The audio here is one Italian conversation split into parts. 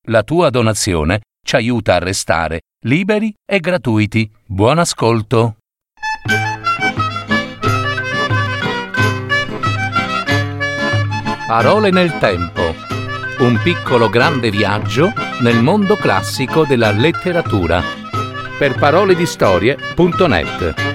La tua donazione ci aiuta a restare liberi e gratuiti. Buon ascolto! Parole nel tempo. Un piccolo grande viaggio nel mondo classico della letteratura. Per paroledistorie.net.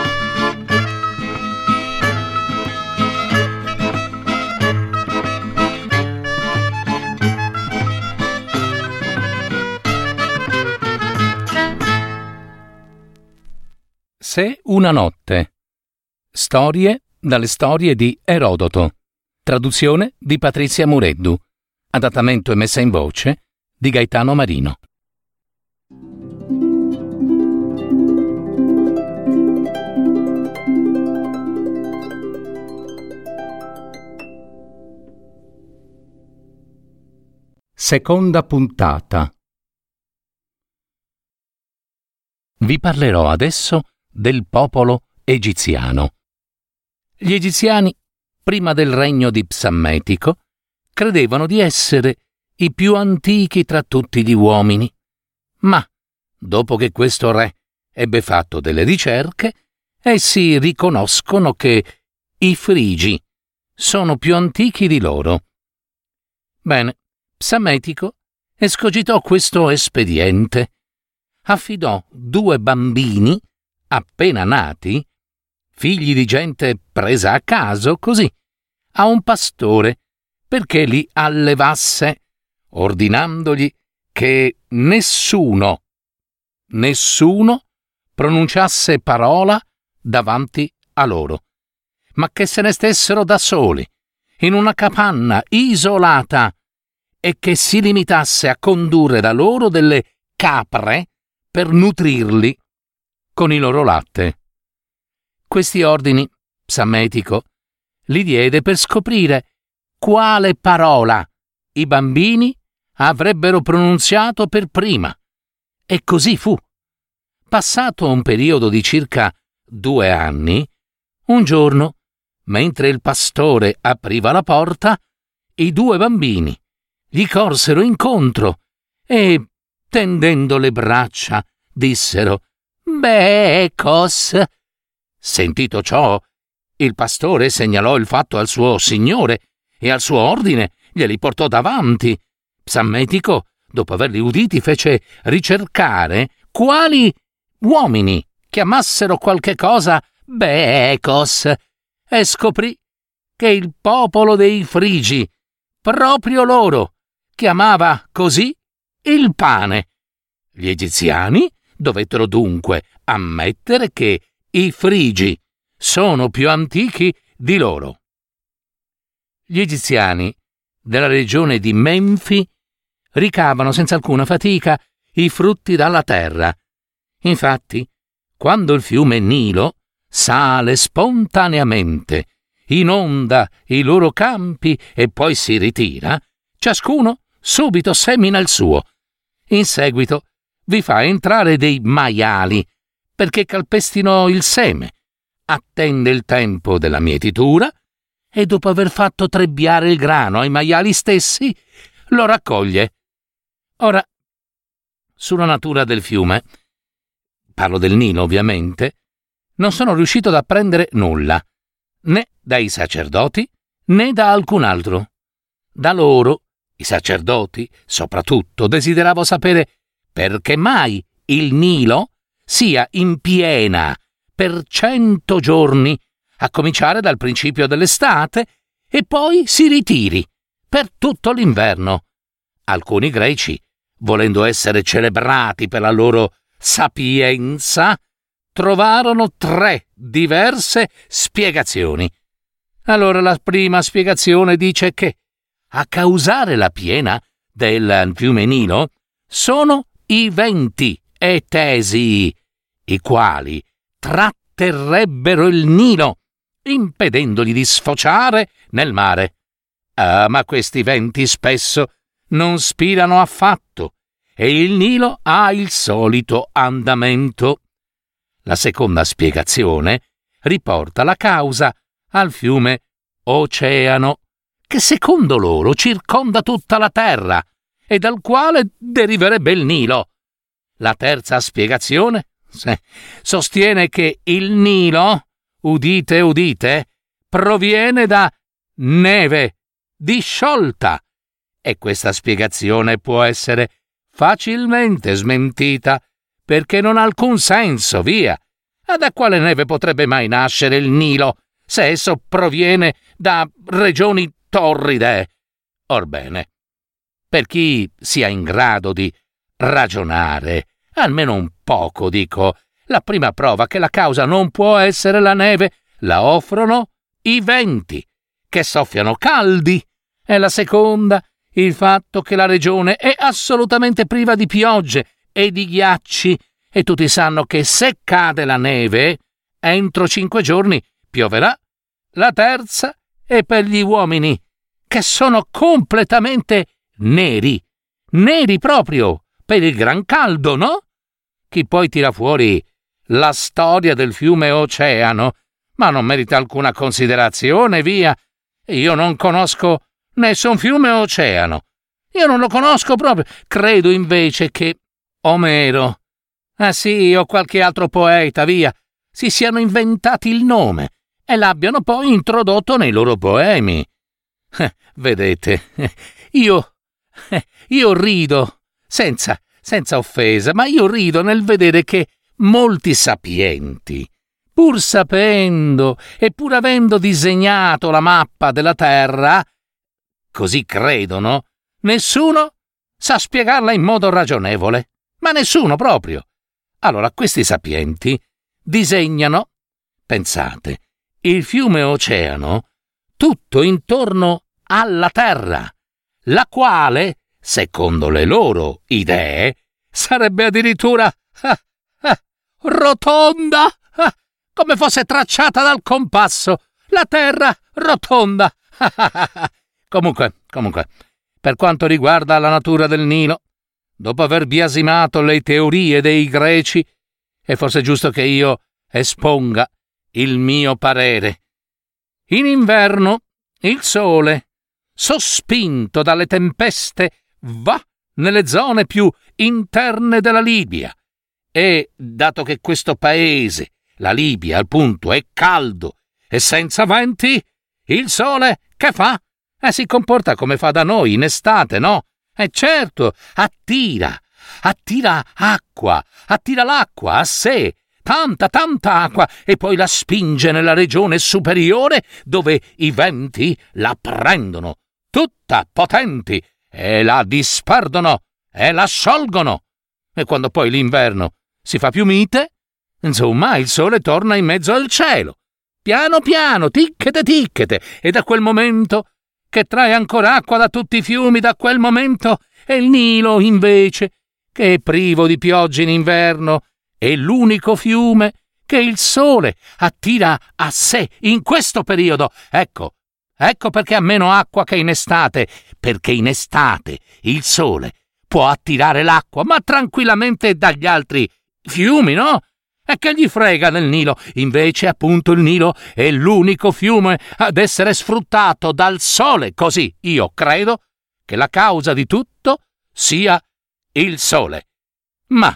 Se una notte. Storie dalle storie di Erodoto. Traduzione di Patrizia Mureddu. Adattamento e messa in voce di Gaetano Marino. Seconda puntata. Vi parlerò adesso del popolo egiziano. Gli egiziani, prima del regno di Psammetico, credevano di essere i più antichi tra tutti gli uomini. Ma, dopo che questo re ebbe fatto delle ricerche, essi riconoscono che i Frigi sono più antichi di loro. Bene, Psammetico escogitò questo espediente. Affidò 2 bambini appena nati, figli di gente presa a caso così, a un pastore perché li allevasse, ordinandogli che nessuno pronunciasse parola davanti a loro, ma che se ne stessero da soli, in una capanna isolata, e che si limitasse a condurre da loro delle capre per nutrirli con il loro latte. Questi ordini Psammetico li diede per scoprire quale parola i bambini avrebbero pronunziato per prima. E così fu. Passato un periodo di circa 2 anni, un giorno, mentre il pastore apriva la porta, i 2 bambini gli corsero incontro e, tendendo le braccia, dissero: «Becos!» Sentito ciò, il pastore segnalò il fatto al suo signore e al suo ordine glieli portò davanti. Psammetico, dopo averli uditi, fece ricercare quali uomini chiamassero qualche cosa Becos e scoprì che il popolo dei Frigi, proprio loro, chiamava così il pane. Gli egiziani dovettero dunque ammettere che i Frigi sono più antichi di loro. Gli egiziani della regione di Menfi ricavano senza alcuna fatica i frutti dalla terra. Infatti, quando il fiume Nilo sale spontaneamente, inonda i loro campi e poi si ritira, ciascuno subito semina il suo. In seguito vi fa entrare dei maiali perché calpestino il seme, attende il tempo della mietitura e dopo aver fatto trebbiare il grano ai maiali stessi, lo raccoglie. Ora, sulla natura del fiume, parlo del Nilo ovviamente, non sono riuscito ad apprendere nulla, né dai sacerdoti né da alcun altro. Da loro, i sacerdoti, soprattutto, desideravo sapere perché mai il Nilo sia in piena per 100 giorni, a cominciare dal principio dell'estate, e poi si ritiri per tutto l'inverno. Alcuni greci, volendo essere celebrati per la loro sapienza, trovarono 3 diverse spiegazioni. Allora la prima spiegazione dice che a causare la piena del fiume Nilo sono i venti etesii, i quali tratterrebbero il Nilo, impedendogli di sfociare nel mare. Ma questi venti spesso non spirano affatto e il Nilo ha il solito andamento. La seconda spiegazione riporta la causa al fiume Oceano, che secondo loro circonda tutta la terra e dal quale deriverebbe il Nilo. La terza spiegazione sostiene che il Nilo, udite udite, proviene da neve disciolta, e questa spiegazione può essere facilmente smentita perché non ha alcun senso, via. Ma da quale neve potrebbe mai nascere il Nilo se esso proviene da regioni torride? Orbene, per chi sia in grado di ragionare, almeno un poco, dico, la prima prova che la causa non può essere la neve la offrono i venti, che soffiano caldi, e la seconda il fatto che la regione è assolutamente priva di piogge e di ghiacci, e tutti sanno che se cade la neve, entro 5 giorni pioverà. La terza è per gli uomini, che sono completamente neri proprio, per il gran caldo, no? Chi poi tira fuori la storia del fiume Oceano, ma non merita alcuna considerazione, via. Io non conosco nessun fiume Oceano. Io non lo conosco proprio. Credo invece che Omero, o qualche altro poeta, via, si siano inventati il nome e l'abbiano poi introdotto nei loro poemi. Vedete, io rido, senza offesa, ma io rido nel vedere che molti sapienti, pur sapendo e pur avendo disegnato la mappa della Terra, così credono, nessuno sa spiegarla in modo ragionevole, ma nessuno proprio. Allora questi sapienti disegnano, pensate, il fiume Oceano tutto intorno alla Terra, la quale, secondo le loro idee, sarebbe addirittura rotonda, come fosse tracciata dal compasso, la Terra rotonda. Comunque, per quanto riguarda la natura del Nilo, dopo aver biasimato le teorie dei greci, è forse giusto che io esponga il mio parere. In inverno il sole, sospinto dalle tempeste, va nelle zone più interne della Libia, e dato che questo paese, la Libia, appunto, è caldo e senza venti, il sole che fa? Si comporta come fa da noi in estate, no? Certo, attira l'acqua a sé, tanta acqua, e poi la spinge nella regione superiore dove i venti la prendono, tutta potenti, e la disperdono e la sciolgono. E quando poi l'inverno si fa più mite, insomma, il sole torna in mezzo al cielo, piano piano, ticchete, e da quel momento che trae ancora acqua da tutti i fiumi, da quel momento è il Nilo, invece, che è privo di piogge in inverno, è l'unico fiume che il sole attira a sé in questo periodo. Ecco perché ha meno acqua che in estate, perché in estate il sole può attirare l'acqua, ma tranquillamente dagli altri fiumi, no? E che gli frega del Nilo? Invece, appunto, il Nilo è l'unico fiume ad essere sfruttato dal sole. Così io credo che la causa di tutto sia il sole. Ma,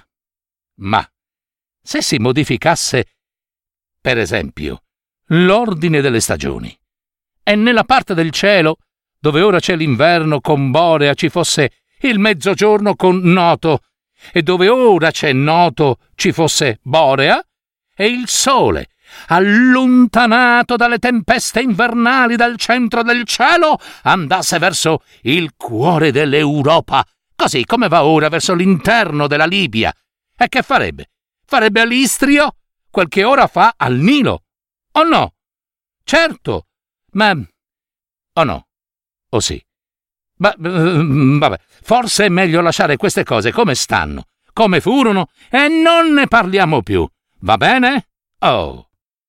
se si modificasse, per esempio, l'ordine delle stagioni, e nella parte del cielo dove ora c'è l'inverno con Borea ci fosse il mezzogiorno con Noto, e dove ora c'è Noto ci fosse Borea, e il sole, allontanato dalle tempeste invernali dal centro del cielo, andasse verso il cuore dell'Europa, così come va ora verso l'interno della Libia. E che farebbe? Farebbe all'Istrio quel che ora fa al Nilo, o no? Certo, ma... o no? O sì? Vabbè, forse è meglio lasciare queste cose come stanno, come furono, e non ne parliamo più. Va bene? Oh.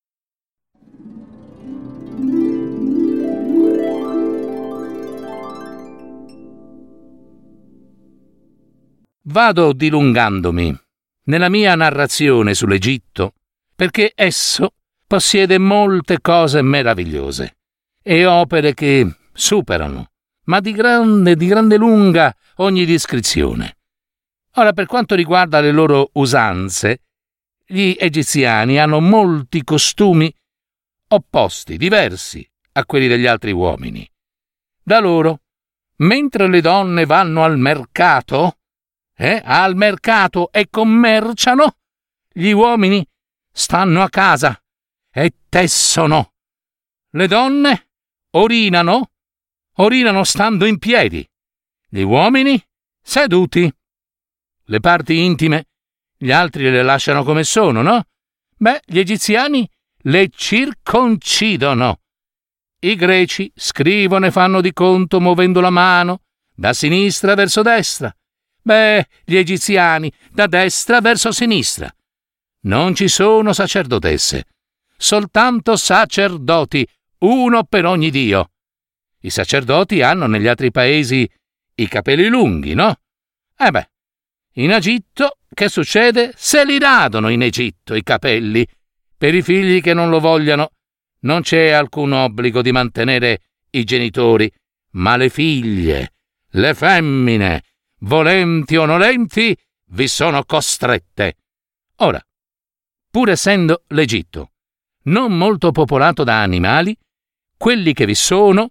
Vado dilungandomi nella mia narrazione sull'Egitto perché esso possiede molte cose meravigliose e opere che superano ma di grande lunga ogni descrizione. Ora, per quanto riguarda le loro usanze, gli egiziani hanno molti costumi opposti, diversi a quelli degli altri uomini. Da loro, mentre le donne vanno al mercato e commerciano, gli uomini stanno a casa e tessono. Le donne orinano stando in piedi, gli uomini seduti. Le parti intime gli altri le lasciano come sono, no? Gli egiziani le circoncidono. I greci scrivono e fanno di conto muovendo la mano da sinistra verso destra. Gli egiziani da destra verso sinistra. Non ci sono sacerdotesse, soltanto sacerdoti, uno per ogni dio. I sacerdoti hanno negli altri paesi i capelli lunghi, no? In Egitto, che succede? Se li radono in Egitto i capelli. Per i figli che non lo vogliano, non c'è alcun obbligo di mantenere i genitori, ma le figlie, le femmine, volenti o nolenti, vi sono costrette. Ora, pur essendo l'Egitto non molto popolato da animali, quelli che vi sono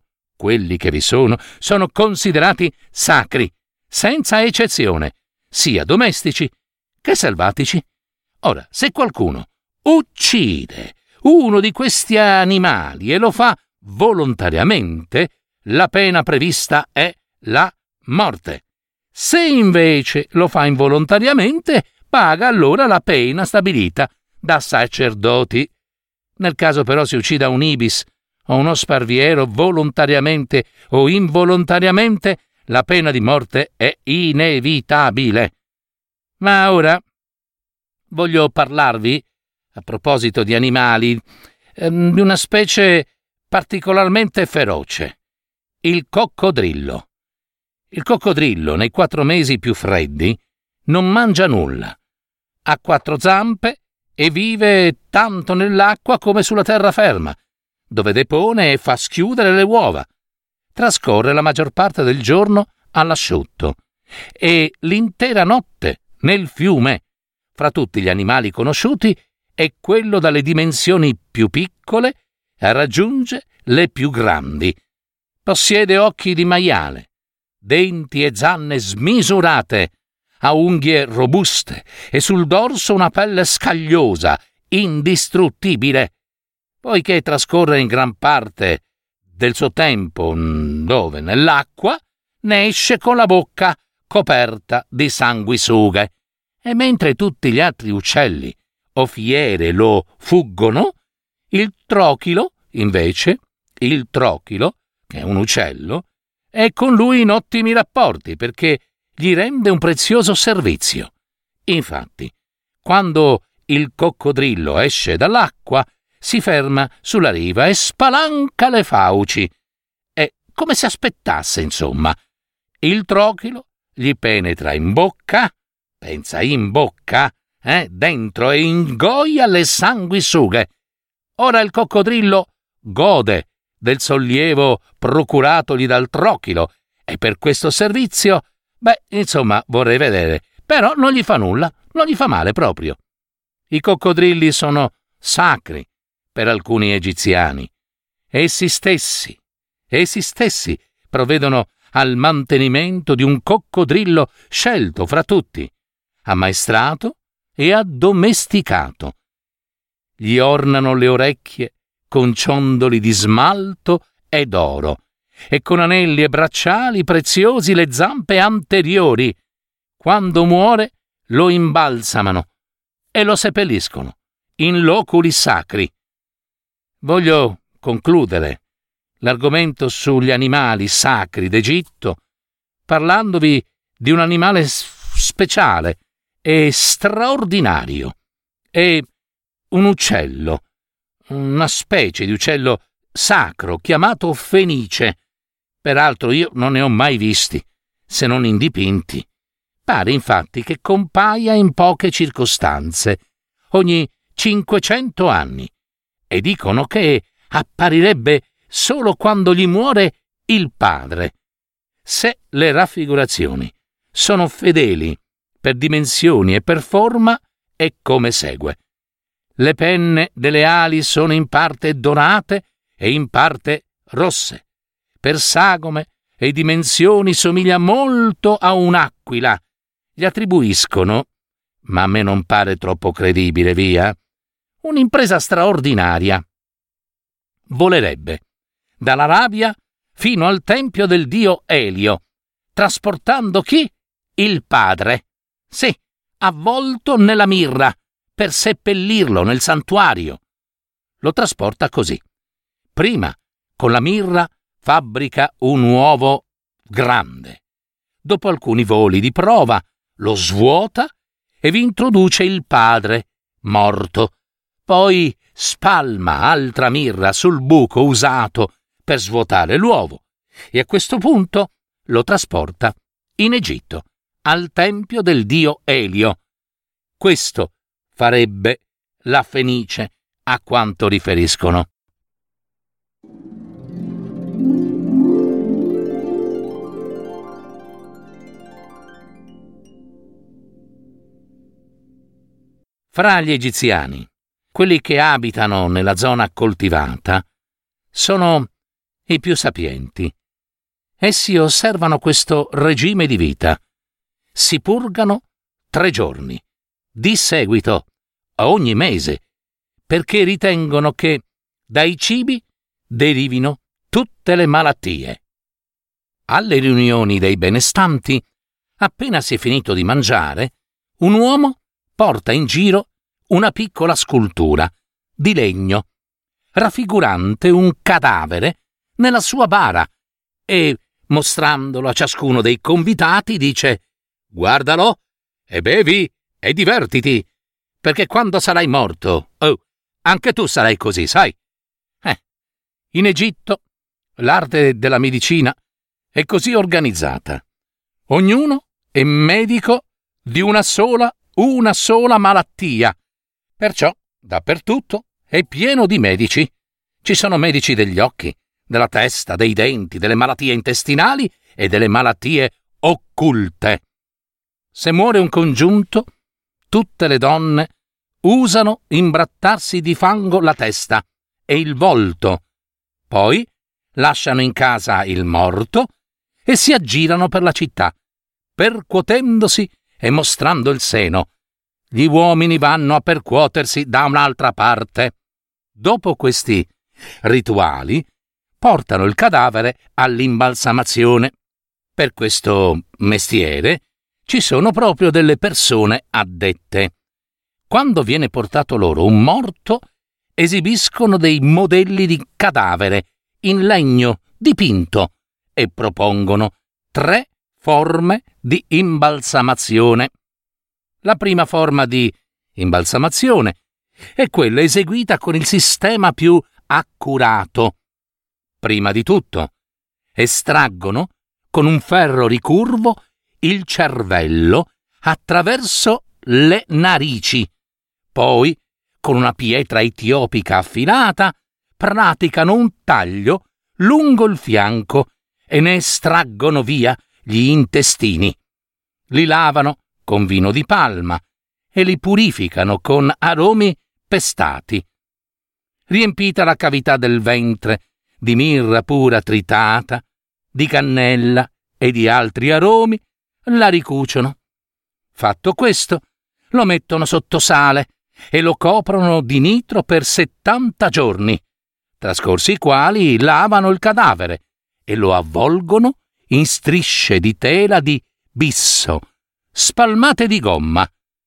sono considerati sacri, senza eccezione, sia domestici che selvatici. Ora, se qualcuno uccide uno di questi animali e lo fa volontariamente, la pena prevista è la morte. Se invece lo fa involontariamente, paga allora la pena stabilita da sacerdoti. Nel caso però si uccida un ibis o uno sparviero volontariamente o involontariamente, la pena di morte è inevitabile. Ma ora voglio parlarvi, a proposito di animali, di una specie particolarmente feroce, il coccodrillo. Il coccodrillo, nei 4 mesi più freddi, non mangia nulla. Ha 4 zampe e vive tanto nell'acqua come sulla terraferma, dove depone e fa schiudere le uova. Trascorre la maggior parte del giorno all'asciutto e l'intera notte nel fiume. Fra tutti gli animali conosciuti è quello dalle dimensioni più piccole e raggiunge le più grandi. Possiede occhi di maiale, denti e zanne smisurate, ha unghie robuste e sul dorso una pelle scagliosa, indistruttibile. Poiché trascorre in gran parte del suo tempo dove? Nell'acqua, ne esce con la bocca coperta di sanguisughe. E mentre tutti gli altri uccelli o fiere lo fuggono, il trochilo, invece, che è un uccello, è con lui in ottimi rapporti perché gli rende un prezioso servizio. Infatti, quando il coccodrillo esce dall'acqua, si ferma sulla riva e spalanca le fauci. È come se aspettasse, insomma. Il trochilo gli penetra in bocca, pensa in bocca, dentro e ingoia le sanguisughe. Ora il coccodrillo gode del sollievo procuratogli dal trochilo e per questo servizio, vorrei vedere, però non gli fa nulla, non gli fa male proprio. I coccodrilli sono sacri per alcuni egiziani. Essi stessi provvedono al mantenimento di un coccodrillo scelto fra tutti, ammaestrato e addomesticato. Gli ornano le orecchie con ciondoli di smalto e d'oro e con anelli e bracciali preziosi le zampe anteriori. Quando muore lo imbalsamano e lo seppelliscono in loculi sacri. Voglio concludere l'argomento sugli animali sacri d'Egitto parlandovi di un animale speciale e straordinario. È un uccello, una specie di uccello sacro chiamato fenice. Peraltro io non ne ho mai visti, se non in dipinti. Pare infatti che compaia in poche circostanze, ogni 500 anni, e dicono che apparirebbe solo quando gli muore il padre. se le raffigurazioni sono fedeli per dimensioni e per forma, è come segue. Le penne delle ali sono in parte dorate e in parte rosse. Per sagome e dimensioni somiglia molto a un'aquila. Gli attribuiscono, ma a me non pare troppo credibile, via, un'impresa straordinaria. Volerebbe dall'Arabia fino al tempio del dio Elio, trasportando chi? Il padre. Sì, avvolto nella mirra, per seppellirlo nel santuario. Lo trasporta così. Prima, con la mirra, fabbrica un uovo grande. Dopo alcuni voli di prova, lo svuota e vi introduce il padre, morto. Poi spalma altra mirra sul buco usato per svuotare l'uovo e a questo punto lo trasporta in Egitto, al tempio del dio Elio. Questo farebbe la Fenice, a quanto riferiscono. Fra gli egiziani, quelli che abitano nella zona coltivata sono i più sapienti. Essi osservano questo regime di vita. Si purgano 3 giorni, di seguito, ogni mese, perché ritengono che dai cibi derivino tutte le malattie. Alle riunioni dei benestanti, appena si è finito di mangiare, un uomo porta in giro una piccola scultura di legno, raffigurante un cadavere nella sua bara, e, mostrandolo a ciascuno dei convitati, dice: «Guardalo e bevi e divertiti, perché quando sarai morto, anche tu sarai così, sai?» In Egitto l'arte della medicina è così organizzata. Ognuno è medico di una sola malattia. Perciò, dappertutto, è pieno di medici. Ci sono medici degli occhi, della testa, dei denti, delle malattie intestinali e delle malattie occulte. Se muore un congiunto, tutte le donne usano imbrattarsi di fango la testa e il volto. Poi lasciano in casa il morto e si aggirano per la città, percuotendosi e mostrando il seno. Gli uomini vanno a percuotersi da un'altra parte. Dopo questi rituali, portano il cadavere all'imbalsamazione. Per questo mestiere ci sono proprio delle persone addette. Quando viene portato loro un morto, esibiscono dei modelli di cadavere in legno dipinto e propongono 3 forme di imbalsamazione. La prima forma di imbalsamazione è quella eseguita con il sistema più accurato. Prima di tutto, estraggono con un ferro ricurvo il cervello attraverso le narici. Poi, con una pietra etiopica affilata, praticano un taglio lungo il fianco e ne estraggono via gli intestini. Li lavano con vino di palma e li purificano con aromi pestati. Riempita la cavità del ventre di mirra pura tritata, di cannella e di altri aromi, la ricuciono. Fatto questo, lo mettono sotto sale e lo coprono di nitro per 70 giorni, trascorsi i quali lavano il cadavere e lo avvolgono in strisce di tela di bisso, spalmate di gomma.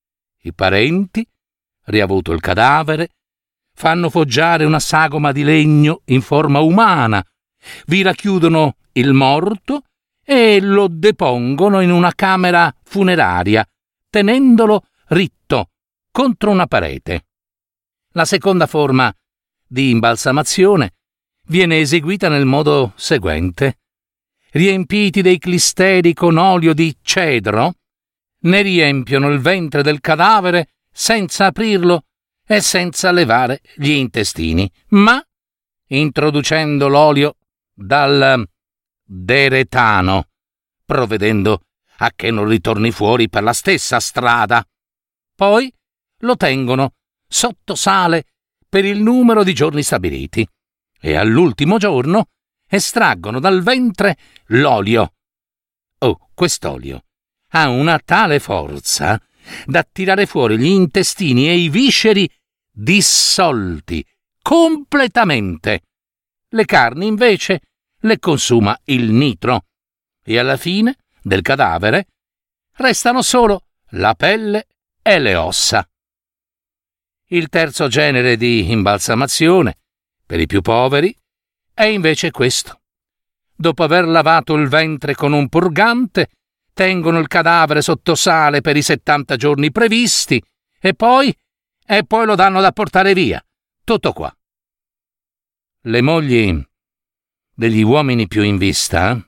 I parenti, riavuto il cadavere, fanno foggiare una sagoma di legno in forma umana, vi racchiudono il morto e lo depongono in una camera funeraria, tenendolo ritto contro una parete. La seconda forma di imbalsamazione viene eseguita nel modo seguente. Riempiti dei clisteri con olio di cedro, ne riempiono il ventre del cadavere senza aprirlo e senza levare gli intestini, ma introducendo l'olio dal deretano provvedendo a che non ritorni fuori per la stessa strada. Poi lo tengono sotto sale per il numero di giorni stabiliti e all'ultimo giorno estraggono dal ventre l'olio. Oh, quest'olio ha una tale forza da tirare fuori gli intestini e i visceri dissolti completamente. Le carni, invece, le consuma il nitro e alla fine del cadavere restano solo la pelle e le ossa. Il terzo genere di imbalsamazione, per i più poveri, è invece questo. Dopo aver lavato il ventre con un purgante, tengono il cadavere sotto sale per i 70 giorni previsti e poi lo danno da portare via. Tutto qua. Le mogli degli uomini più in vista,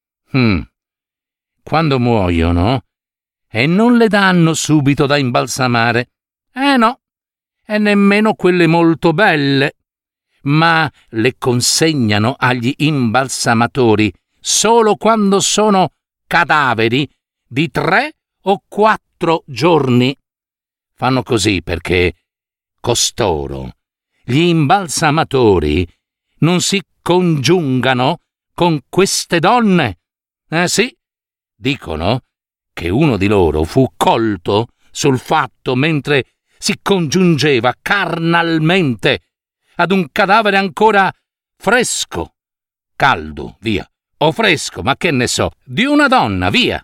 quando muoiono, e non le danno subito da imbalsamare. No, e nemmeno quelle molto belle, ma le consegnano agli imbalsamatori solo quando sono cadaveri di 3 o 4 giorni. Fanno così perché costoro, gli imbalsamatori, non si congiungano con queste donne. Sì, dicono che uno di loro fu colto sul fatto mentre si congiungeva carnalmente ad un cadavere ancora fresco, caldo, via, o fresco, ma che ne so, di una donna, via.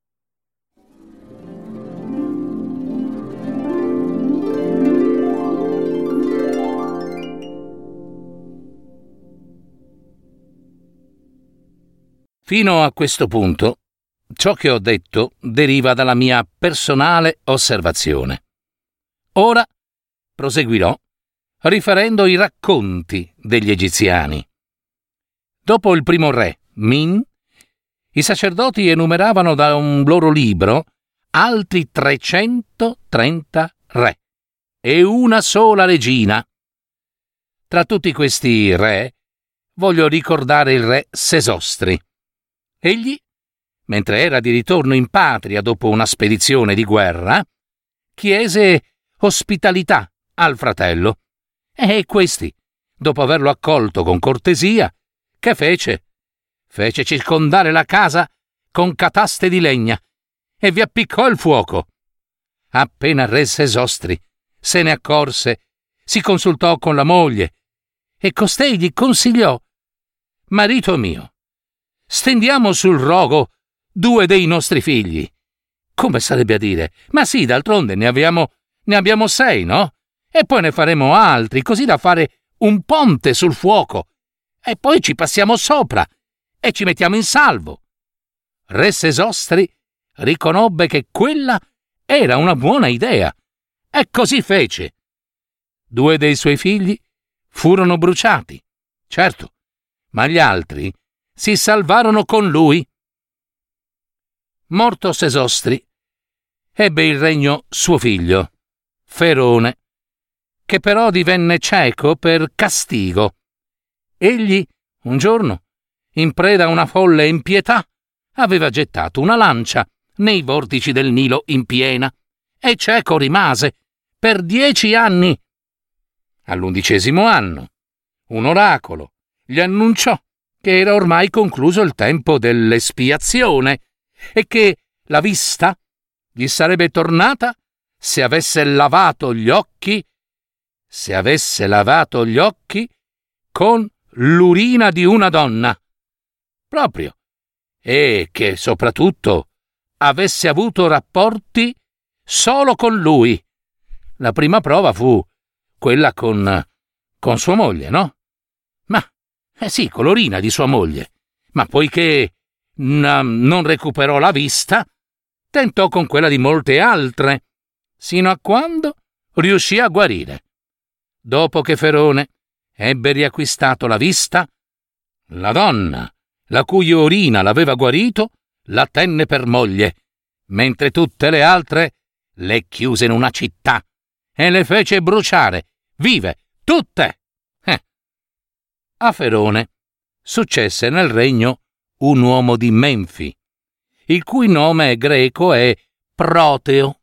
Fino a questo punto, ciò che ho detto deriva dalla mia personale osservazione. Ora proseguirò riferendo i racconti degli egiziani. Dopo il primo re, Min, i sacerdoti enumeravano da un loro libro altri 330 re e una sola regina. Tra tutti questi re voglio ricordare il re Sesostri. Egli, mentre era di ritorno in patria dopo una spedizione di guerra, chiese ospitalità al fratello e questi, dopo averlo accolto con cortesia, che fece? Fece circondare la casa con cataste di legna e vi appiccò il fuoco. Appena re Sesostri se ne accorse, si consultò con la moglie e costei gli consigliò: «Marito mio, stendiamo sul rogo 2 dei nostri figli». Come sarebbe a dire: «Ma sì, d'altronde ne abbiamo 6, no? E poi ne faremo altri, così da fare un ponte sul fuoco. E poi ci passiamo sopra e ci mettiamo in salvo». Re Sesostri riconobbe che quella era una buona idea e così fece. 2 dei suoi figli furono bruciati, certo, ma gli altri si salvarono con lui. Morto Sesostri, ebbe il regno suo figlio, Ferone, che però divenne cieco per castigo. Egli, un giorno, in preda a una folle impietà, aveva gettato una lancia nei vortici del Nilo in piena e cieco rimase per 10 anni. All'11° anno, un oracolo gli annunciò che era ormai concluso il tempo dell'espiazione e che la vista gli sarebbe tornata se avesse lavato gli occhi con l'urina di una donna, proprio, e che soprattutto avesse avuto rapporti solo con lui. La prima prova fu quella con sua moglie, no? Ma, sì, con l'urina di sua moglie. Ma poiché non recuperò la vista, tentò con quella di molte altre, sino a quando riuscì a guarire. Dopo che Ferone ebbe riacquistato la vista, la donna, la cui urina l'aveva guarito, la tenne per moglie, mentre tutte le altre le chiuse in una città e le fece bruciare, vive, tutte! A Ferone successe nel regno un uomo di Menfi, il cui nome greco è Proteo.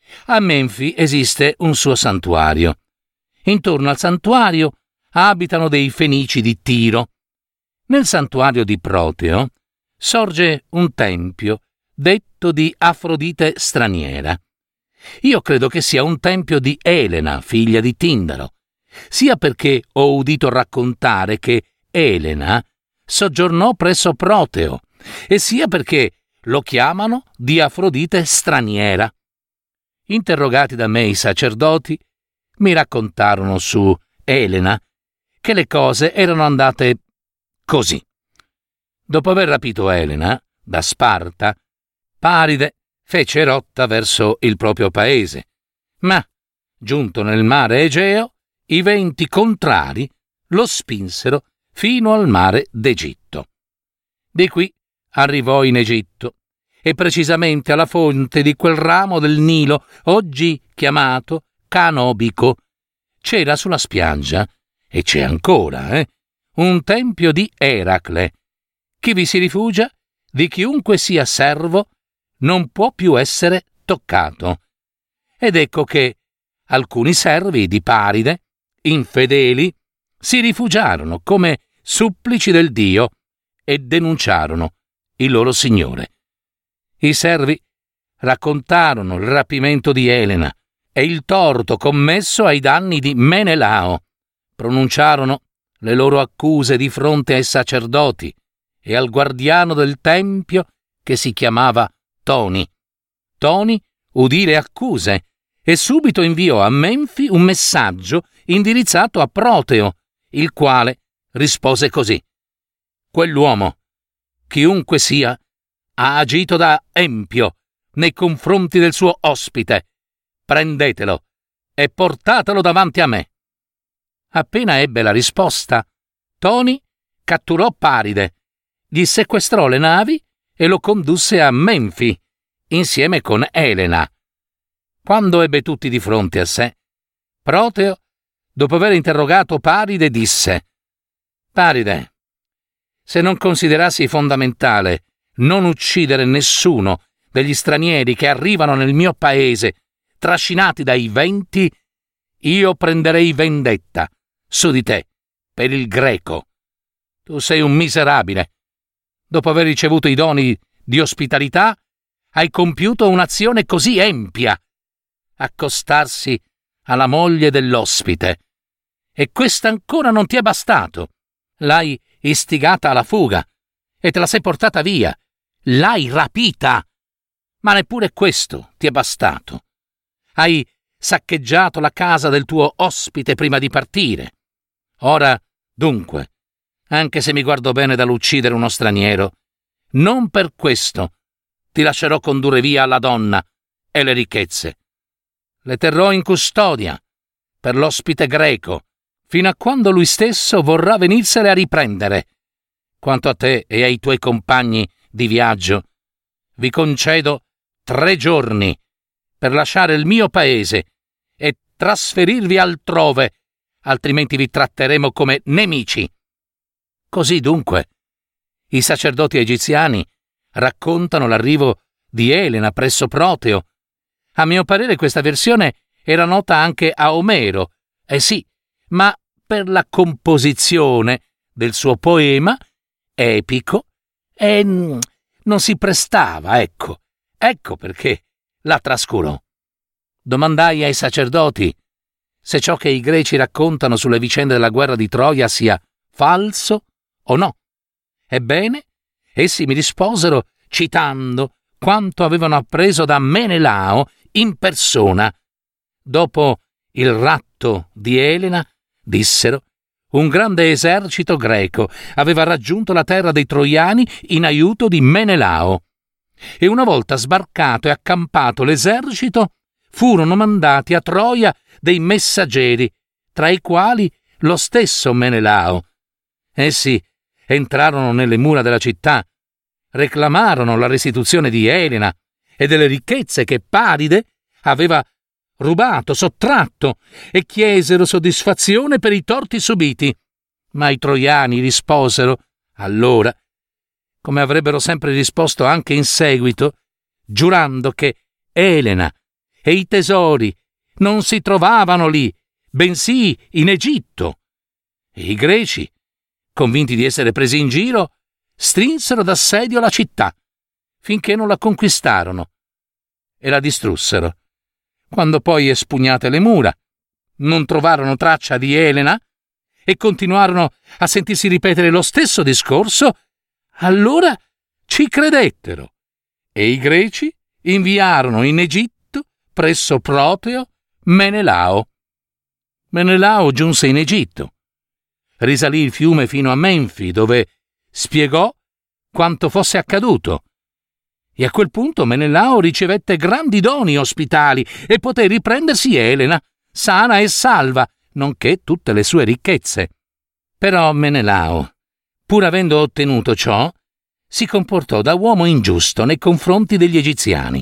A Menfi esiste un suo santuario. Intorno al santuario abitano dei fenici di Tiro. Nel santuario di Proteo sorge un tempio detto di Afrodite straniera. Io credo che sia un tempio di Elena, figlia di Tindaro, sia perché ho udito raccontare che Elena soggiornò presso Proteo, e sia perché lo chiamano di Afrodite straniera. Interrogati da me i sacerdoti, mi raccontarono su Elena che le cose erano andate così. Dopo aver rapito Elena da Sparta, Paride fece rotta verso il proprio paese, ma, giunto nel mare Egeo, i venti contrari lo spinsero fino al mare d'Egitto. Di qui arrivò in Egitto, e precisamente alla fonte di quel ramo del Nilo, oggi chiamato Canobico. C'era sulla spiaggia, e c'è ancora, un tempio di Eracle. Chi vi si rifugia, di chiunque sia servo, non può più essere toccato. Ed ecco che alcuni servi di Paride, infedeli, si rifugiarono come supplici del dio e denunciarono il loro signore. I servi raccontarono il rapimento di Elena e il torto commesso ai danni di Menelao. Pronunciarono le loro accuse di fronte ai sacerdoti e al guardiano del tempio che si chiamava Toni. Toni udì le accuse e subito inviò a Menfi un messaggio indirizzato a Proteo, il quale rispose così: quell'uomo, chiunque sia, ha agito da empio nei confronti del suo ospite. Prendetelo e portatelo davanti a me. Appena ebbe la risposta, Toni catturò Paride, gli sequestrò le navi e lo condusse a Menfi, insieme con Elena. Quando ebbe tutti di fronte a sé, Proteo, dopo aver interrogato Paride, disse: Paride, se non considerassi fondamentale non uccidere nessuno degli stranieri che arrivano nel mio paese, trascinati dai venti, io prenderei vendetta su di te per il greco. Tu sei un miserabile. Dopo aver ricevuto i doni di ospitalità, hai compiuto un'azione così empia: accostarsi alla moglie dell'ospite. E questa ancora non ti è bastato. L'hai istigata alla fuga e te la sei portata via. L'hai rapita. Ma neppure questo ti è bastato. Hai saccheggiato la casa del tuo ospite prima di partire. Ora, dunque, anche se mi guardo bene dall'uccidere uno straniero, non per questo ti lascerò condurre via la donna e le ricchezze. Le terrò in custodia per l'ospite greco, fino a quando lui stesso vorrà venirsele a riprendere. Quanto a te e ai tuoi compagni di viaggio, vi concedo 3 giorni per lasciare il mio paese e trasferirvi altrove, altrimenti vi tratteremo come nemici. Così dunque, i sacerdoti egiziani raccontano l'arrivo di Elena presso Proteo. A mio parere questa versione era nota anche a Omero, sì, ma per la composizione del suo poema epico non si prestava, ecco perché la trascurò. Domandai ai sacerdoti se ciò che i greci raccontano sulle vicende della guerra di Troia sia falso o no. Ebbene, essi mi risposero citando quanto avevano appreso da Menelao in persona. Dopo il ratto di Elena, dissero, un grande esercito greco aveva raggiunto la terra dei Troiani in aiuto di Menelao. E una volta sbarcato e accampato l'esercito, furono mandati a Troia dei messaggeri, tra i quali lo stesso Menelao. Essi entrarono nelle mura della città, reclamarono la restituzione di Elena e delle ricchezze che Paride aveva rubato, sottratto, e chiesero soddisfazione per i torti subiti. Ma i troiani risposero allora come avrebbero sempre risposto anche in seguito, giurando che Elena e i tesori non si trovavano lì, bensì in Egitto. E i greci, convinti di essere presi in giro, strinsero d'assedio la città, finché non la conquistarono e la distrussero. Quando poi, espugnate le mura, non trovarono traccia di Elena e continuarono a sentirsi ripetere lo stesso discorso, allora ci credettero e i greci inviarono in Egitto presso Proteo Menelao. Menelao giunse in Egitto, risalì il fiume fino a Menfi, dove spiegò quanto fosse accaduto. E a quel punto Menelao ricevette grandi doni ospitali e poté riprendersi Elena, sana e salva, nonché tutte le sue ricchezze. Però Menelao, pur avendo ottenuto ciò, si comportò da uomo ingiusto nei confronti degli egiziani.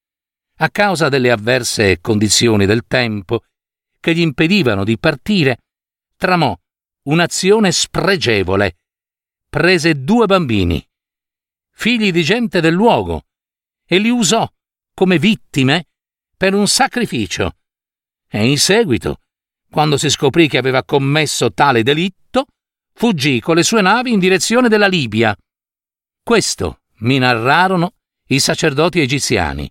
A causa delle avverse condizioni del tempo che gli impedivano di partire, tramò un'azione spregevole. Prese 2 bambini, figli di gente del luogo, e li usò come vittime per un sacrificio. E in seguito, quando si scoprì che aveva commesso tale delitto, fuggì con le sue navi in direzione della Libia. Questo mi narrarono i sacerdoti egiziani.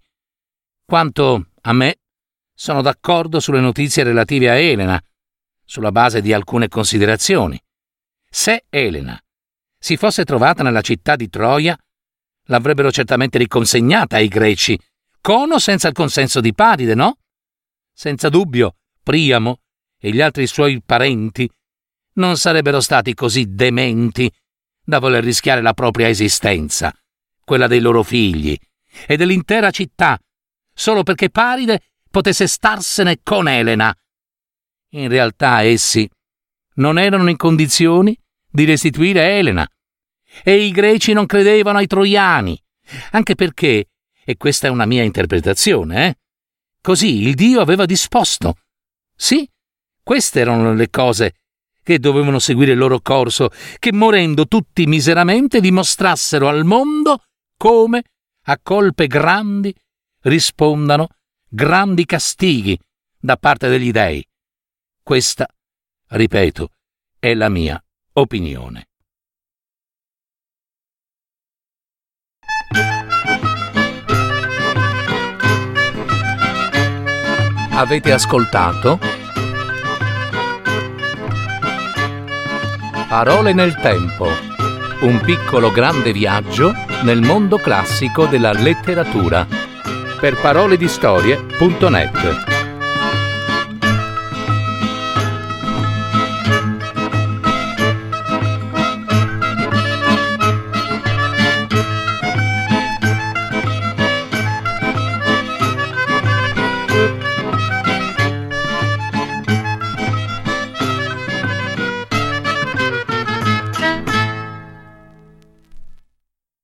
Quanto a me, sono d'accordo sulle notizie relative a Elena, sulla base di alcune considerazioni. Se Elena si fosse trovata nella città di Troia, l'avrebbero certamente riconsegnata ai greci, con o senza il consenso di Paride, no? Senza dubbio, Priamo e gli altri suoi parenti non sarebbero stati così dementi da voler rischiare la propria esistenza, quella dei loro figli e dell'intera città, solo perché Paride potesse starsene con Elena. In realtà essi non erano in condizioni di restituire Elena, e i greci non credevano ai troiani, anche perché, e questa è una mia interpretazione, così il Dio aveva disposto. Sì, queste erano le cose che dovevano seguire il loro corso, che morendo tutti miseramente dimostrassero al mondo come, a colpe grandi, rispondano grandi castighi da parte degli dei. Questa, ripeto, è la mia opinione. Avete ascoltato Parole nel tempo, un piccolo grande viaggio nel mondo classico della letteratura, per paroledistorie.net.